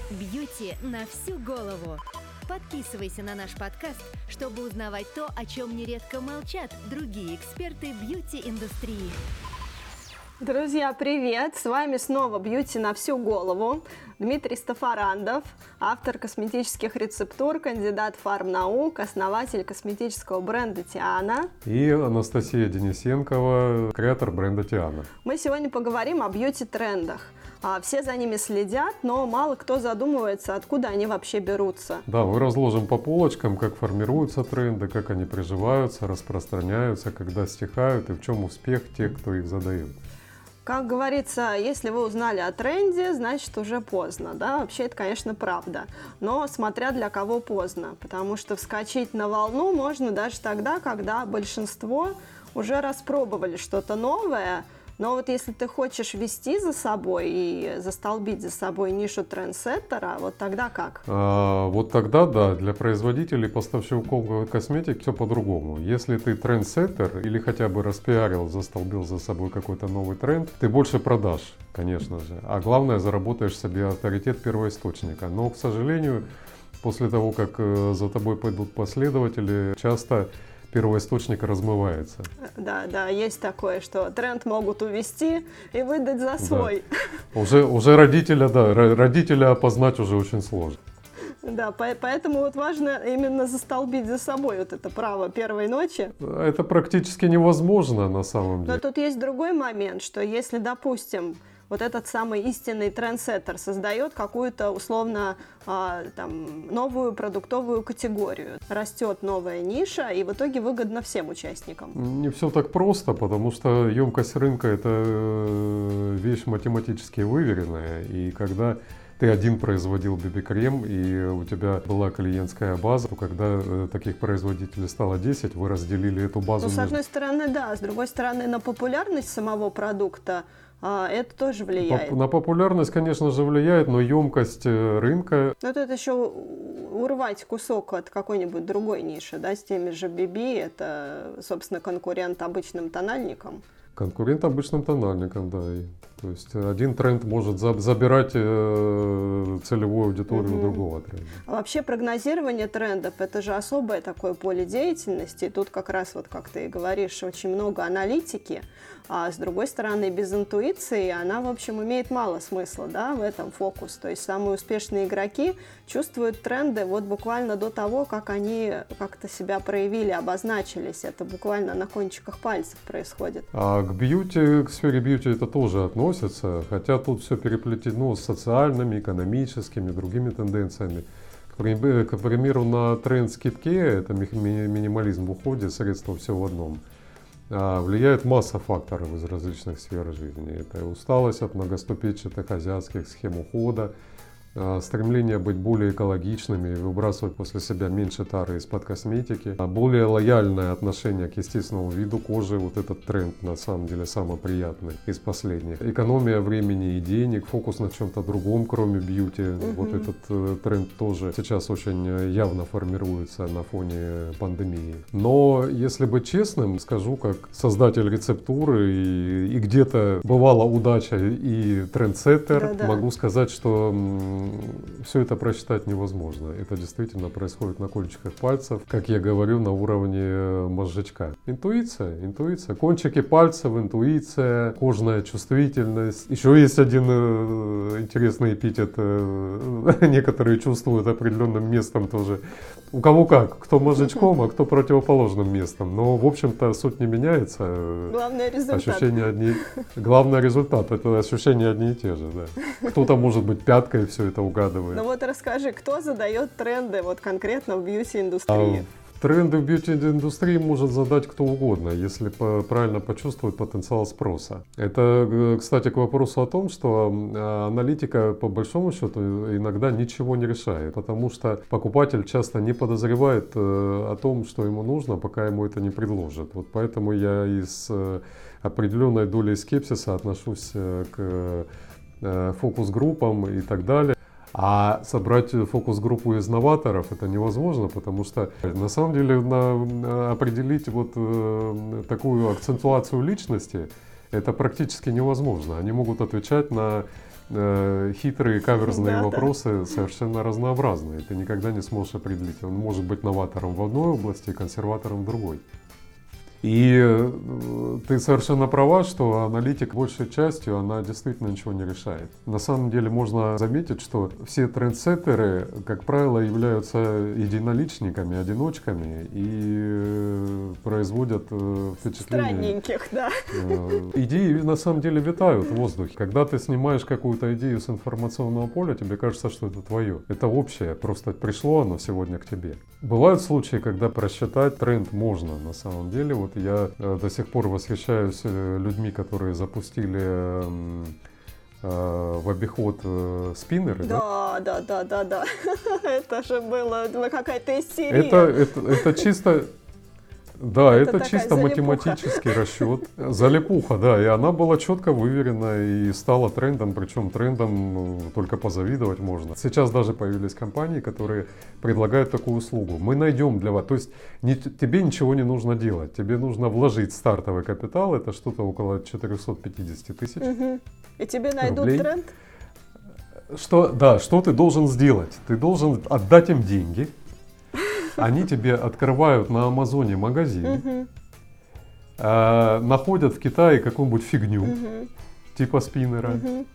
Бьюти на всю голову. Подписывайся на наш подкаст, чтобы узнавать то, о чем нередко молчат другие эксперты бьюти-индустрии. Друзья, привет! С вами снова «Бьюти на всю голову». Дмитрий Стафарандов, автор косметических рецептур, кандидат фармнаук, основатель косметического бренда «Тиана». И Анастасия Денисенкова, креатор бренда «Тиана». Мы сегодня поговорим о бьюти-трендах. Все за ними следят, но мало кто задумывается, откуда они вообще берутся. Да, мы разложим по полочкам, как формируются тренды, как они приживаются, распространяются, когда стихают и в чем успех тех, кто их задает. Как говорится, если вы узнали о тренде, значит уже поздно, да, вообще это, конечно, правда, но смотря для кого поздно, потому что вскочить на волну можно даже тогда, когда большинство уже распробовали что-то новое. Но вот если ты хочешь вести за собой и застолбить за собой нишу трендсеттера, вот тогда как? Вот тогда, да, для производителей, поставщиков косметики все по-другому. Если ты трендсеттер или хотя бы распиарил, застолбил за собой какой-то новый тренд, ты больше продашь, конечно же. А главное, заработаешь себе авторитет первоисточника. Но, к сожалению, после того, как за тобой пойдут последователи, часто первоисточник размывается. Да, есть такое, что тренд могут увести и выдать за свой. Да. Уже родителя опознать уже очень сложно. Да, поэтому вот важно именно застолбить за собой вот это право первой ночи. Это практически невозможно на самом деле. Но тут есть другой момент, что если, допустим, вот этот самый истинный трендсеттер создает какую-то условно новую продуктовую категорию. Растет новая ниша, и в итоге выгодно всем участникам. Не все так просто, потому что емкость рынка – это вещь математически выверенная. И когда ты один производил BB-крем, и у тебя была клиентская база, то когда таких производителей стало 10, вы разделили эту базу. Ну, с одной стороны, да. С другой стороны, на популярность самого продукта это тоже влияет. На популярность, конечно же, влияет, но емкость рынка... Ну, это еще урвать кусок от какой-нибудь другой ниши, да, с теми же BB, это, собственно, конкурент обычным тональникам. Конкурент обычным тональникам, да. То есть один тренд может забирать целевую аудиторию другого тренда. А вообще прогнозирование трендов – это же особое такое поле деятельности. И тут как раз, вот как ты и говоришь, очень много аналитики. А с другой стороны, без интуиции она, в общем, имеет мало смысла, да, в этом фокус. То есть самые успешные игроки чувствуют тренды вот буквально до того, как они как-то себя проявили, обозначились. Это буквально на кончиках пальцев происходит. А к сфере бьюти это тоже относится, хотя тут все переплетено с социальными, экономическими, другими тенденциями. К примеру, на тренд скидки, это минимализм в уходе, средства все в одном. Влияет масса факторов из различных сфер жизни. Это усталость от многоступенчатых азиатских схем ухода, стремление быть более экологичными и выбрасывать после себя меньше тары из-под косметики, более лояльное отношение к естественному виду кожи, вот этот тренд на самом деле самый приятный из последних. Экономия времени и денег, фокус на чем-то другом, кроме бьюти. Вот этот тренд тоже сейчас очень явно формируется на фоне пандемии. Но если быть честным, скажу как создатель рецептуры и где-то бывала удача и трендсеттер, могу сказать, что все это просчитать невозможно. Это действительно происходит на кончиках пальцев, как я говорю, на уровне мозжечка. Интуиция. Кончики пальцев, интуиция, кожная чувствительность. Еще есть один интересный эпитет. Некоторые чувствуют определенным местом тоже. У кого как. Кто мозжечком, а кто противоположным местом. Но, в общем-то, суть не меняется. Главное результат. Главный результат. Это ощущения одни и те же. Да. Кто-то, может быть, пяткой все это угадывает. Ну вот расскажи, кто задает тренды вот конкретно в бьюти-индустрии? Тренды в бьюти-индустрии может задать кто угодно, если правильно почувствовать потенциал спроса. Это, кстати, к вопросу о том, что аналитика, по большому счету, иногда ничего не решает, потому что покупатель часто не подозревает о том, что ему нужно, пока ему это не предложат. Вот поэтому я и с определенной долей скепсиса отношусь к фокус-группам и так далее. А собрать фокус-группу из новаторов это невозможно, потому что на самом деле определить вот такую акцентуацию личности это практически невозможно. Они могут отвечать на хитрые каверзные Да, да. вопросы совершенно разнообразные. Ты никогда не сможешь определить. Он может быть новатором в одной области и консерватором в другой. И ты совершенно права, что аналитика большей частью, она действительно ничего не решает. На самом деле можно заметить, что все трендсеттеры, как правило, являются единоличниками, одиночками и производят впечатление. Странненьких, да. Идеи на самом деле витают в воздухе. Когда ты снимаешь какую-то идею с информационного поля, тебе кажется, что это твое. Это общее, просто пришло оно сегодня к тебе. Бывают случаи, когда просчитать тренд можно на самом деле. Вот я до сих пор восхищаюсь людьми, которые запустили в обиход спиннеры. Да. Это же было какая-то истерия. Это чисто... Да, это такая чисто залипуха. математический расчет. Залипуха, да. И она была четко выверена и стала трендом, причем трендом только позавидовать можно. Сейчас даже появились компании, которые предлагают такую услугу. Мы найдем для вас, то есть тебе ничего не нужно делать, тебе нужно вложить стартовый капитал, это что-то около 450 тысяч. И тебе найдут рублей. тренд? Что ты должен сделать? Ты должен отдать им деньги. Они тебе открывают на Амазоне магазин, находят в Китае какую-нибудь фигню, типа спиннера,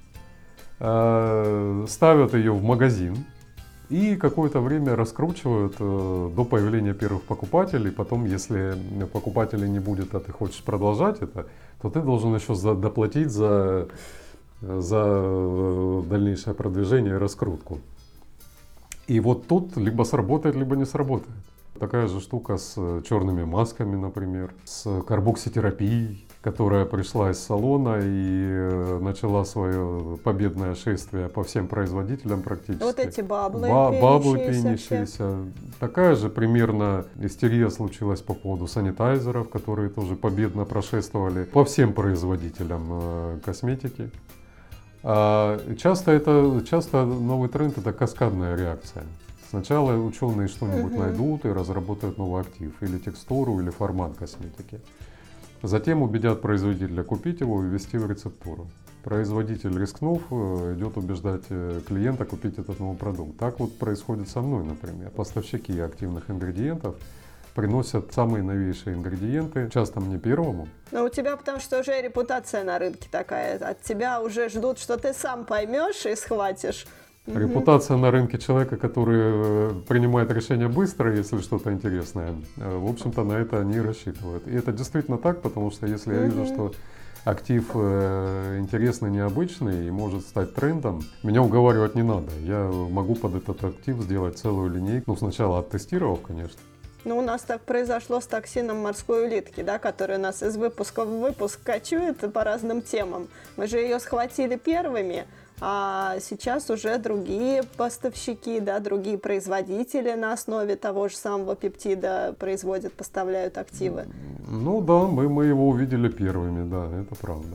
ставят ее в магазин и какое-то время раскручивают до появления первых покупателей. Потом, если покупателей не будет, а ты хочешь продолжать это, то ты должен еще доплатить за дальнейшее продвижение и раскрутку. И вот тут либо сработает, либо не сработает. Такая же штука с черными масками, например, с карбокситерапией, которая пришла из салона и начала свое победное шествие по всем производителям практически. Вот эти баблы пенящиеся. Такая же примерно истерия случилась по поводу санитайзеров, которые тоже победно прошествовали по всем производителям косметики. Часто новый тренд — это каскадная реакция. Сначала ученые что-нибудь найдут и разработают новый актив, или текстуру, или формат косметики. Затем убедят производителя купить его и ввести в рецептуру. Производитель, рискнув, идет убеждать клиента купить этот новый продукт. Так вот происходит со мной, например. Поставщики активных ингредиентов приносят самые новейшие ингредиенты, часто мне первому. Но у тебя потому что уже репутация на рынке такая. От тебя уже ждут, что ты сам поймешь и схватишь. Репутация на рынке человека, который принимает решения быстро, если что-то интересное, в общем-то, на это они рассчитывают. И это действительно так, потому что если я вижу, что актив интересный, необычный и может стать трендом, меня уговаривать не надо. Я могу под этот актив сделать целую линейку, сначала оттестировав, конечно. Ну, у нас так произошло с токсином морской улитки, да, который нас из выпуска в выпуск кочует по разным темам. Мы же ее схватили первыми, а сейчас уже другие поставщики, да, другие производители на основе того же самого пептида производят, поставляют активы. Ну да, мы его увидели первыми, да, это правда.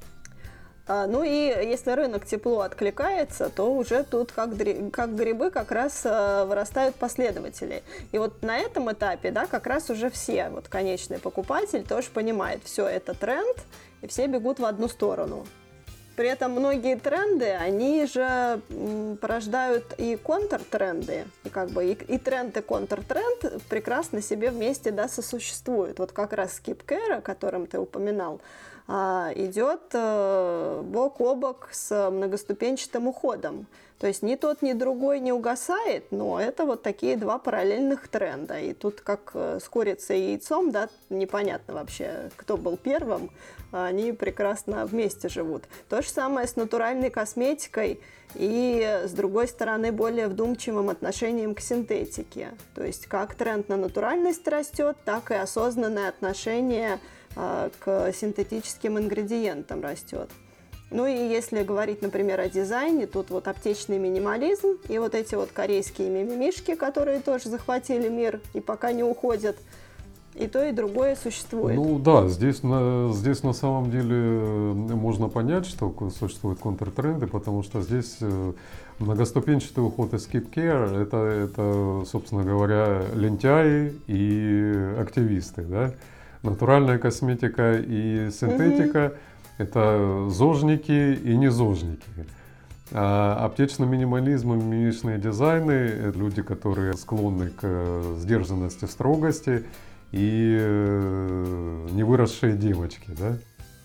Ну и если рынок тепло откликается, то уже тут как грибы как раз вырастают последователи. И вот на этом этапе, да, как раз уже все, вот конечный покупатель тоже понимает, все это тренд, и все бегут в одну сторону. При этом многие тренды, они же порождают и контртренды, и как бы и тренд, и контртренд прекрасно себе вместе, да, сосуществуют. Вот как раз Skip Care, о котором ты упоминал, идет бок о бок с многоступенчатым уходом. То есть ни тот, ни другой не угасает, но это вот такие два параллельных тренда. И тут как с курицей и яйцом, да, непонятно вообще, кто был первым, они прекрасно вместе живут. То же самое с натуральной косметикой и, с другой стороны, более вдумчивым отношением к синтетике. То есть как тренд на натуральность растет, так и осознанное отношение к синтетическим ингредиентам растет. Ну и если говорить, например, о дизайне, тут вот аптечный минимализм и вот эти вот корейские мимимишки, которые тоже захватили мир и пока не уходят. И то, и другое существует. Ну да, здесь на самом деле можно понять, что существуют контртренды, потому что здесь многоступенчатый уход из Skip Care это, собственно говоря, лентяи и активисты, да? Натуральная косметика и синтетика это зожники и не зожники. Аптечный минимализм и минималистичные дизайны – это люди, которые склонны к сдержанности, строгости и невыросшие девочки, да?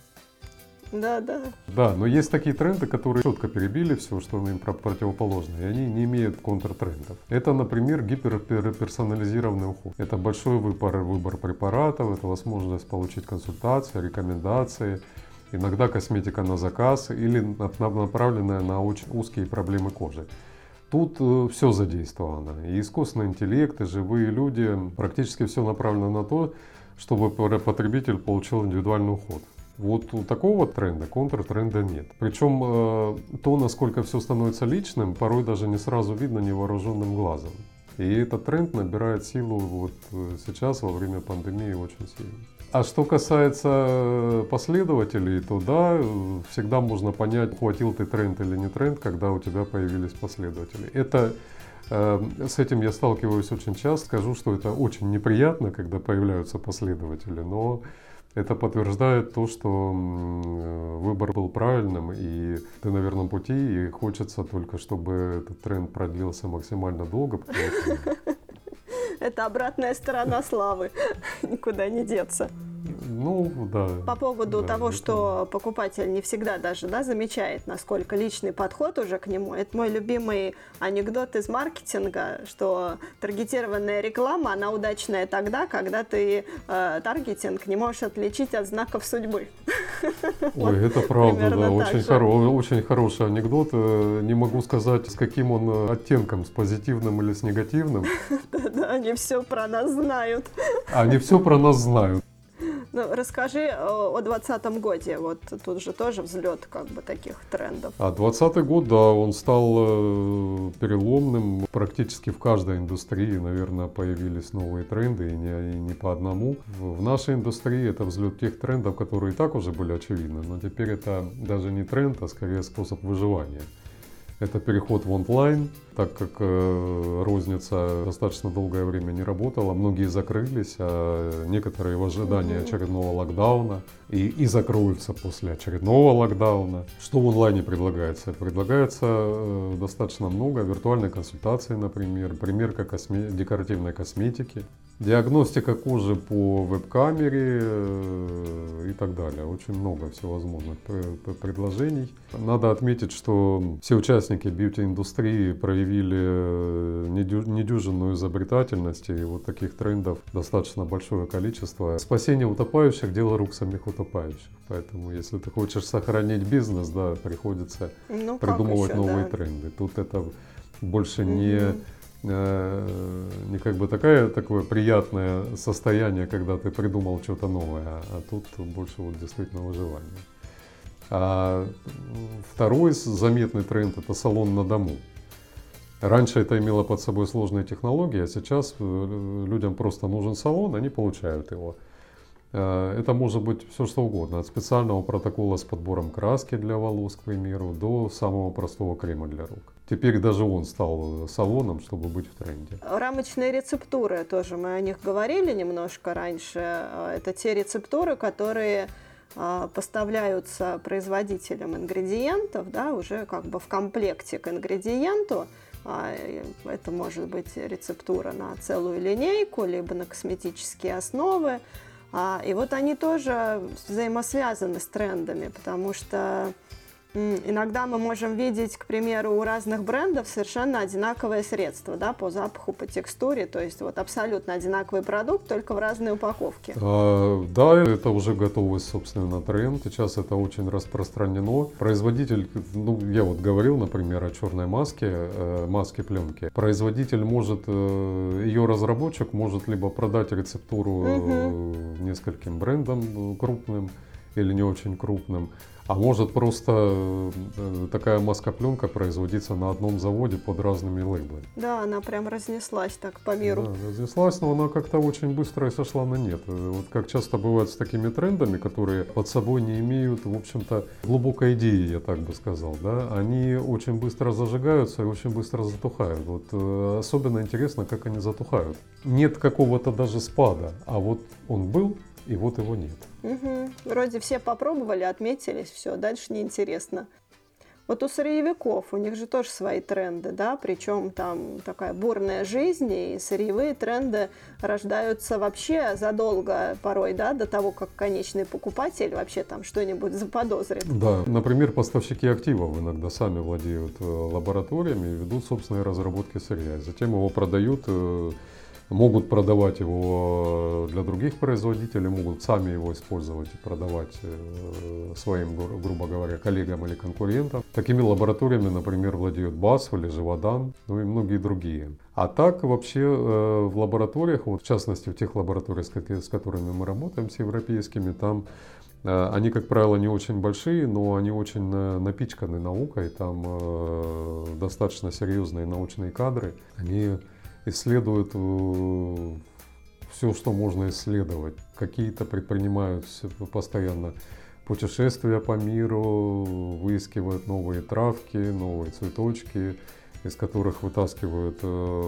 Да, да. Да, но есть такие тренды, которые четко перебили все, что им противоположно, и они не имеют контртрендов. Это, например, гиперперсонализированный уход. Это большой выбор препаратов, это возможность получить консультации, рекомендации, иногда косметика на заказ или направленная на очень узкие проблемы кожи. Тут все задействовано. И искусственный интеллект, и живые люди. Практически все направлено на то, чтобы потребитель получил индивидуальный уход. Вот у такого тренда, контртренда нет. Причем то, насколько все становится личным, порой даже не сразу видно невооруженным глазом. И этот тренд набирает силу вот сейчас, во время пандемии, очень сильно. А что касается последователей, то да, всегда можно понять, хватил ты тренд или не тренд, когда у тебя появились последователи. С этим я сталкиваюсь очень часто. Скажу, что это очень неприятно, когда появляются последователи, но это подтверждает то, что выбор был правильным, и ты на верном пути, и хочется только, чтобы этот тренд продлился максимально долго. Это обратная сторона славы, никуда не деться. Ну, да. По поводу того, что покупатель не всегда даже замечает, насколько личный подход уже к нему. Это мой любимый анекдот из маркетинга, что таргетированная реклама, она удачная тогда, когда ты таргетинг не можешь отличить от знаков судьбы. Ой, это правда, да, очень хороший анекдот. Не могу сказать, с каким он оттенком, с позитивным или с негативным. Да, они все про нас знают. Они все про нас знают. Ну, расскажи о 2020 году. Вот тут же тоже взлет таких трендов. 2020 год, да, он стал переломным. Практически в каждой индустрии, наверное, появились новые тренды, и не по одному. В нашей индустрии это взлет тех трендов, которые и так уже были очевидны, но теперь это даже не тренд, а скорее способ выживания. Это переход в онлайн, так как розница достаточно долгое время не работала, многие закрылись, а некоторые в ожидании очередного локдауна и закроются после очередного локдауна. Что в онлайне предлагается? Предлагается достаточно много виртуальной консультации, например, примерка декоративной косметики, диагностика кожи по веб-камере и так далее. Очень много всевозможных предложений. Надо отметить, что все участники бьюти-индустрии проявили недюжинную изобретательность, и вот таких трендов достаточно большое количество. Спасение утопающих – дело рук самих утопающих. Поэтому, если ты хочешь сохранить бизнес, да, приходится придумывать новые тренды. Тут это больше не такое приятное состояние, когда ты придумал что-то новое, а тут больше вот действительно выживание. А второй заметный тренд – это салон на дому. Раньше это имело под собой сложные технологии, а сейчас людям просто нужен салон, они получают его. Это может быть все что угодно, от специального протокола с подбором краски для волос, к примеру, до самого простого крема для рук. Теперь даже он стал салоном, чтобы быть в тренде. Рамочные рецептуры тоже, мы о них говорили немножко раньше. Это те рецептуры, которые поставляются производителям ингредиентов, да, уже в комплекте к ингредиенту. Это может быть рецептура на целую линейку, либо на косметические основы. И вот они тоже взаимосвязаны с трендами, потому что иногда мы можем видеть, к примеру, у разных брендов совершенно одинаковое средство, да, по запаху, по текстуре, то есть вот абсолютно одинаковый продукт, только в разной упаковке. Да, это уже готовый, собственно, тренд. Сейчас это очень распространено. Производитель, я вот говорил, например, о черной маске пленки. Производитель может, ее разработчик может либо продать рецептуру нескольким брендам крупным или не очень крупным, а может просто такая маска-пленка производиться на одном заводе под разными лейблами. Да, она прям разнеслась так по миру. Да, разнеслась, но она как-то очень быстро и сошла на нет. Вот как часто бывает с такими трендами, которые под собой не имеют, в общем-то, глубокой идеи, я так бы сказал. Да? Они очень быстро зажигаются и очень быстро затухают. Вот особенно интересно, как они затухают. Нет какого-то даже спада, а вот он был, и вот его нет. Вроде все попробовали, отметились, все, дальше неинтересно. Вот у сырьевиков, у них же тоже свои тренды, да, причем там такая бурная жизнь, и сырьевые тренды рождаются вообще задолго порой, да, до того, как конечный покупатель вообще там что-нибудь заподозрит. Да, например, поставщики активов иногда сами владеют лабораториями и ведут собственные разработки сырья. Затем его продают, могут продавать его для других производителей, могут сами его использовать и продавать своим, грубо говоря, коллегам или конкурентам. Такими лабораториями, например, владеют BASF или Живодан, ну и многие другие. А так вообще в лабораториях, вот в частности в тех лабораториях, с которыми мы работаем, с европейскими, там они, как правило, не очень большие, но они очень напичканы наукой, там достаточно серьезные научные кадры. Они исследуют все, что можно исследовать. Какие-то предпринимают постоянно путешествия по миру, выискивают новые травки, новые цветочки, из которых вытаскивают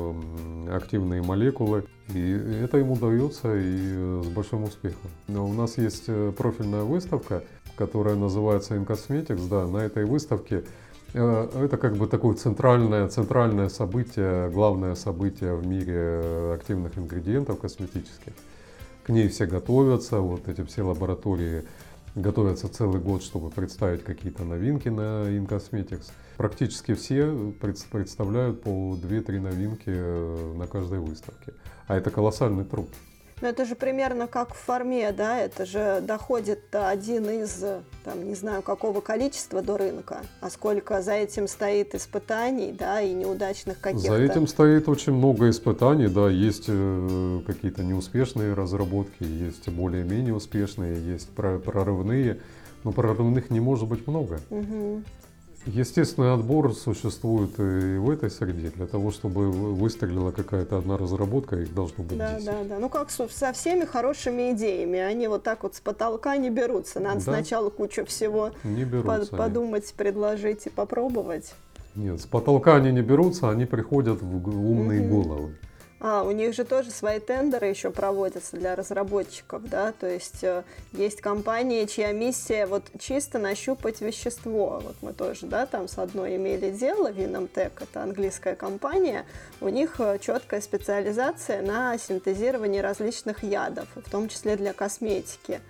активные молекулы. И это им удается и с большим успехом. Но у нас есть профильная выставка, которая называется InCosmetics. Да, на этой выставке это как бы такое центральное событие, главное событие в мире активных ингредиентов косметических. К ней все готовятся, вот эти все лаборатории готовятся целый год, чтобы представить какие-то новинки на InCosmetics. Практически все представляют по 2-3 новинки на каждой выставке. А это колоссальный труд. Но это же примерно как в форме, да, это же доходит один из, там, не знаю, какого количества до рынка, а сколько за этим стоит испытаний, да, и неудачных каких-то. За этим стоит очень много испытаний, да, есть какие-то неуспешные разработки, есть более-менее успешные, есть прорывные, но прорывных не может быть много. Угу. Естественный отбор существует и в этой среде. Для того, чтобы выстрелила какая-то одна разработка, их должно быть 10. Да. Ну, как со всеми хорошими идеями. Они вот так вот с потолка не берутся. Надо сначала кучу всего подумать, предложить и попробовать. Нет, с потолка они не берутся, они приходят в умные головы. У них же тоже свои тендеры еще проводятся для разработчиков, да, то есть есть компании, чья миссия вот чисто нащупать вещество. Вот мы тоже, да, там с одной имели дело, Vinamtech, это английская компания, у них четкая специализация на синтезировании различных ядов, в том числе для косметики.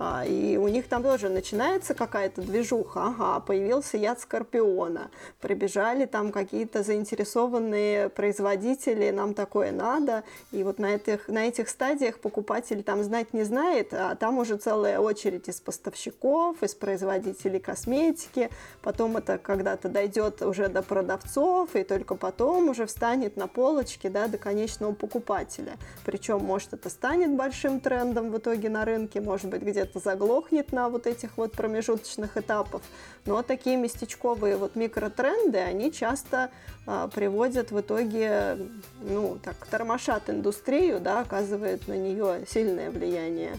И у них там тоже начинается какая-то движуха. Появился яд скорпиона. Прибежали там какие-то заинтересованные производители, нам такое надо. И вот на этих стадиях покупатель там знать не знает, а там уже целая очередь из поставщиков, из производителей косметики. Потом это когда-то дойдет уже до продавцов, и только потом уже встанет на полочке, да, до конечного покупателя. Причем, может, это станет большим трендом в итоге на рынке, может быть, где-то заглохнет на вот этих вот промежуточных этапах, но такие местечковые вот микротренды, они часто приводят в итоге, ну, так, тормошат индустрию, да, оказывают на нее сильное влияние.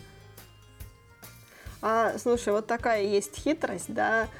Слушай, вот такая есть хитрость, да,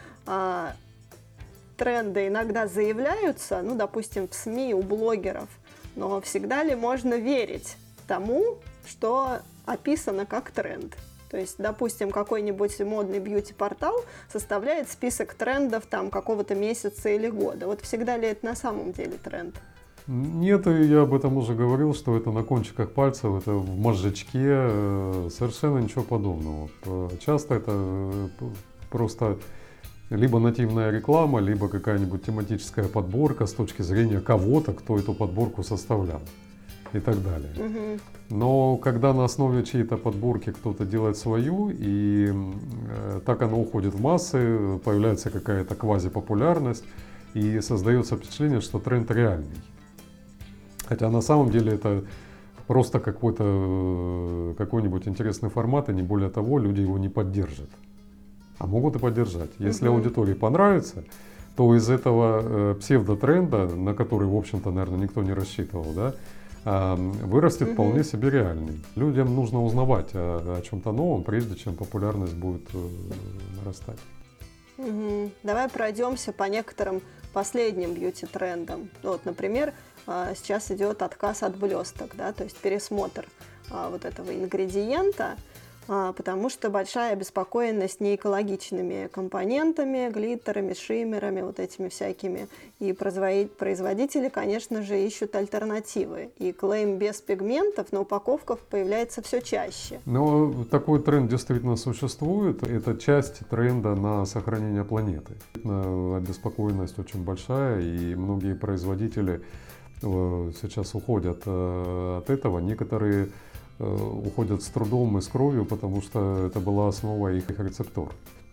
тренды иногда заявляются, ну, допустим, в СМИ, у блогеров, но всегда ли можно верить тому, что описано как тренд? То есть, допустим, какой-нибудь модный бьюти-портал составляет список трендов там какого-то месяца или года. Вот всегда ли это на самом деле тренд? Нет, я об этом уже говорил, что это на кончиках пальцев, это в мозжечке, совершенно ничего подобного. Часто это просто либо нативная реклама, либо какая-нибудь тематическая подборка с точки зрения кого-то, кто эту подборку составлял. И так далее. Но когда на основе чьей-то подборки кто-то делает свою, и так оно уходит в массы, появляется какая-то квазипопулярность, и создается впечатление, что тренд реальный. Хотя на самом деле это просто какой-нибудь интересный формат, и не более того, люди его не поддержат. А могут и поддержать. Если аудитории понравится, то из этого псевдотренда, на который, в общем-то, наверное, никто не рассчитывал, да, вырастет вполне себе реальный. Людям нужно узнавать о чем-то новом, прежде чем популярность будет нарастать. Давай пройдемся по некоторым последним бьюти-трендам. Вот, например, сейчас идет отказ от блесток, да, то есть пересмотр вот этого ингредиента. потому что большая обеспокоенность неэкологичными компонентами, глиттерами, шиммерами, вот этими всякими. И производители, конечно же, ищут альтернативы. И клейм без пигментов на упаковках появляется все чаще. Но такой тренд действительно существует. Это часть тренда на сохранение планеты. Обеспокоенность очень большая, и многие производители сейчас уходят от этого. Некоторые уходят с трудом и с кровью, потому что это была основа их рецептур.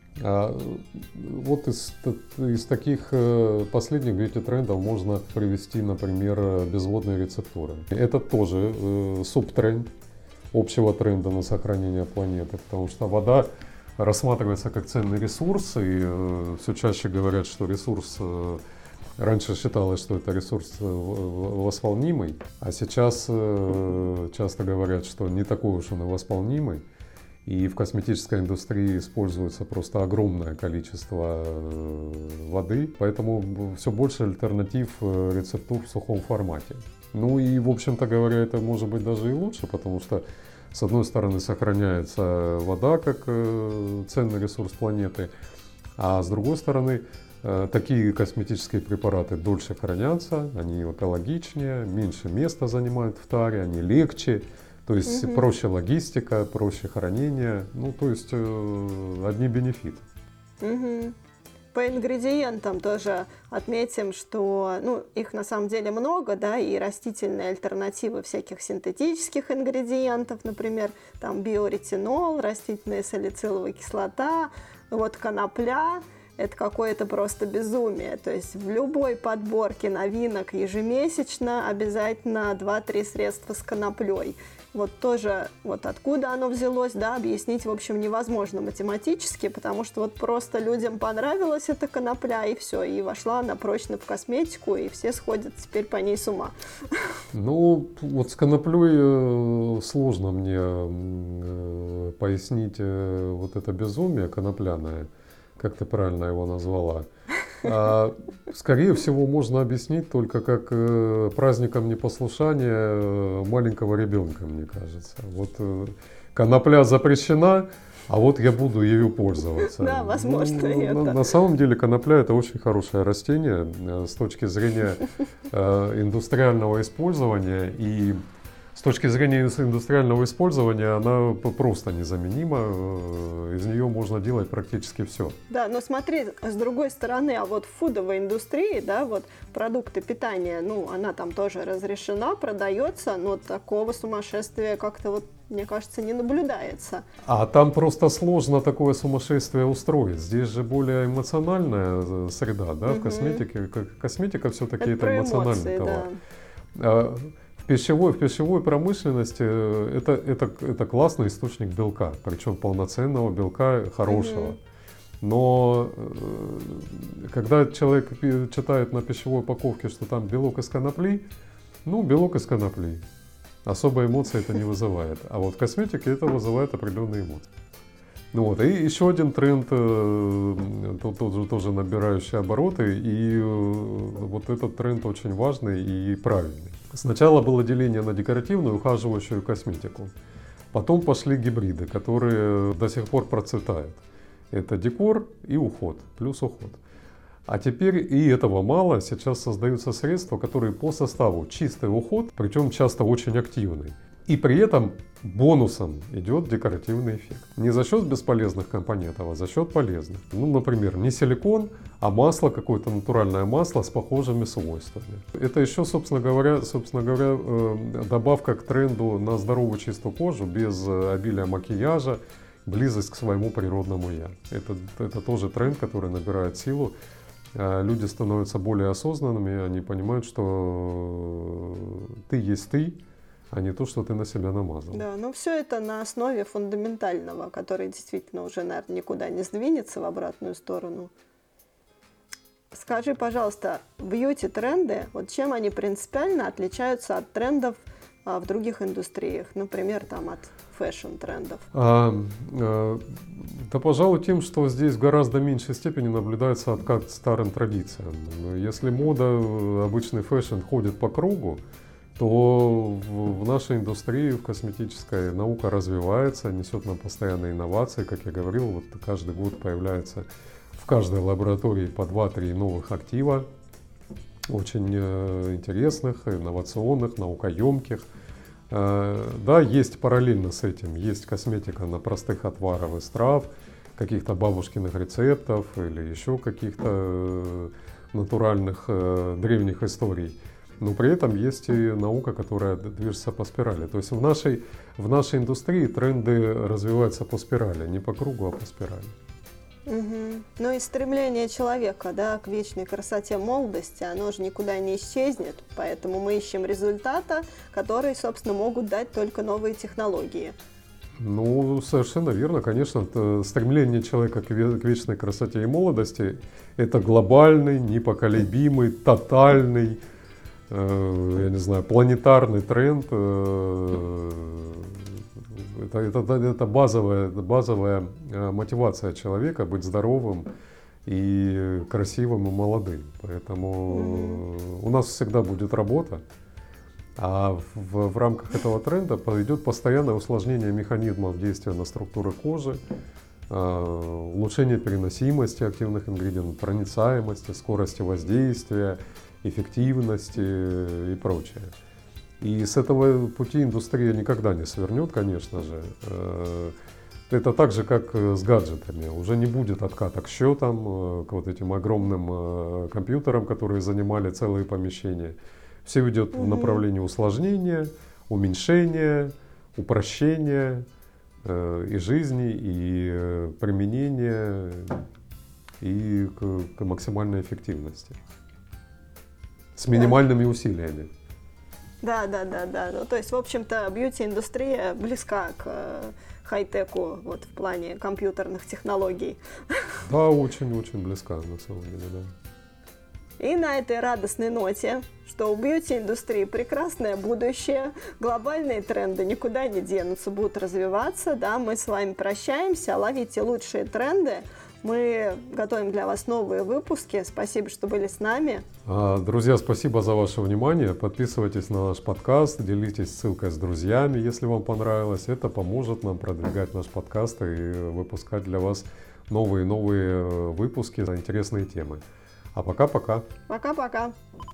Вот из таких последних бьюти-трендов можно привести, например, безводные рецептуры. Это тоже субтренд общего тренда на сохранение планеты, потому что вода рассматривается как ценный ресурс, и все чаще говорят, что ресурс... Раньше считалось, что это ресурс восполнимый, а сейчас часто говорят, что не такой уж он и восполнимый. И в косметической индустрии используется просто огромное количество воды, поэтому все больше альтернатив рецептур в сухом формате. Ну и, в общем-то говоря, это может быть даже и лучше, потому что, с одной стороны, сохраняется вода как ценный ресурс планеты, а с другой стороны, такие косметические препараты дольше хранятся, они экологичнее, меньше места занимают в таре, они легче, то есть проще логистика, проще хранение, ну то есть одни бенефиты. По ингредиентам тоже отметим, что их на самом деле много, да, и растительные альтернативы всяких синтетических ингредиентов, например, там биоретинол, растительная салициловая кислота, вот конопля. Это какое-то просто безумие. То есть в любой подборке новинок ежемесячно обязательно 2-3 средства с коноплей. Вот тоже, вот откуда оно взялось, да, объяснить, в общем, невозможно математически, потому что вот просто людям понравилась эта конопля, и все, и вошла она прочно в косметику, и все сходят теперь по ней с ума. Ну, вот с коноплей сложно мне пояснить вот это безумие конопляное, как ты правильно его назвала. Скорее всего, можно объяснить только как праздником непослушания маленького ребенка, мне кажется. Вот конопля запрещена, а вот я буду ею пользоваться. Да, возможно, это. На самом деле конопля — это очень хорошее растение с точки зрения индустриального использования. И с точки зрения индустриального использования она просто незаменима, из нее можно делать практически все. Да, но смотри, с другой стороны, а вот в фудовой индустрии, да, вот продукты питания, она там тоже разрешена, продается, но такого сумасшествия как-то вот, мне кажется, не наблюдается. А там просто сложно такое сумасшествие устроить. Здесь же более эмоциональная среда, да, в косметике. Косметика все-таки это эмоциональный товар. Да. В пищевой промышленности это классный источник белка, причем полноценного белка, хорошего. Но когда человек читает на пищевой упаковке, что там белок из конопли, белок из конопли. Особой эмоции это не вызывает. А вот в косметике это вызывает определенные эмоции. И еще один тренд, тоже набирающий обороты, и вот этот тренд очень важный и правильный. Сначала было деление на декоративную, ухаживающую косметику. Потом пошли гибриды, которые до сих пор процветают. Это декор и уход, плюс уход. А теперь и этого мало, сейчас создаются средства, которые по составу чистый уход, причем часто очень активный. И при этом бонусом идет декоративный эффект. Не за счет бесполезных компонентов, а за счет полезных. Например, не силикон, а масло, какое-то натуральное масло с похожими свойствами. Это еще, собственно говоря, добавка к тренду на здоровую чистую кожу, без обилия макияжа, близость к своему природному я. Это тоже тренд, который набирает силу. Люди становятся более осознанными, они понимают, что ты есть ты, а не то, что ты на себя намазал. Да, все это на основе фундаментального, который действительно уже, наверное, никуда не сдвинется в обратную сторону. Скажи, пожалуйста, бьюти-тренды, вот чем они принципиально отличаются от трендов в других индустриях, например, там от фэшн-трендов? Да, пожалуй, тем, что здесь в гораздо меньшей степени наблюдается откат к старым традициям. Если мода, обычный фэшн ходит по кругу, то в нашей индустрии, в косметической, наука развивается, несет нам постоянные инновации. Как я говорил, вот каждый год появляется в каждой лаборатории по 2-3 новых актива, очень интересных, инновационных, наукоемких. Да, есть параллельно с этим, есть косметика на простых отваров из трав, каких-то бабушкиных рецептов или еще каких-то натуральных древних историй. Но при этом есть и наука, которая движется по спирали. То есть в нашей индустрии тренды развиваются по спирали, не по кругу, а по спирали. Угу. Ну и стремление человека, да, к вечной красоте молодости, оно же никуда не исчезнет, поэтому мы ищем результата, которые, собственно, могут дать только новые технологии. Ну, совершенно верно, конечно, стремление человека к вечной красоте и молодости – это глобальный, непоколебимый, тотальный, я не знаю, планетарный тренд. Это базовая мотивация человека быть здоровым и красивым и молодым. Поэтому у нас всегда будет работа. А в рамках этого тренда идет постоянное усложнение механизмов действия на структуры кожи, улучшение переносимости активных ингредиентов, проницаемости, скорости воздействия, эффективности и прочее. И с этого пути индустрия никогда не свернет, конечно же. Это так же, как с гаджетами. Уже не будет отката к счетам, к вот этим огромным компьютерам, которые занимали целые помещения. Все идет в направлении усложнения, уменьшения, упрощения и жизни, и применения, и к максимальной эффективности. С минимальными усилиями. Да. Ну, то есть, в общем-то, бьюти-индустрия близка к хай-теку вот, в плане компьютерных технологий. Да, очень-очень близка, на самом деле, да. И на этой радостной ноте, что у бьюти-индустрии прекрасное будущее, глобальные тренды никуда не денутся, будут развиваться, да, мы с вами прощаемся, ловите лучшие тренды. Мы готовим для вас новые выпуски. Спасибо, что были с нами. Друзья, спасибо за ваше внимание. Подписывайтесь на наш подкаст, делитесь ссылкой с друзьями, если вам понравилось. Это поможет нам продвигать наш подкаст и выпускать для вас новые выпуски на интересные темы. А пока-пока. Пока-пока.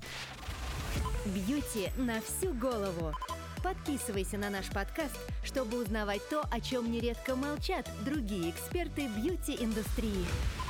Бьюти на всю голову. Подписывайся на наш подкаст, чтобы узнавать то, о чем нередко молчат другие эксперты бьюти-индустрии.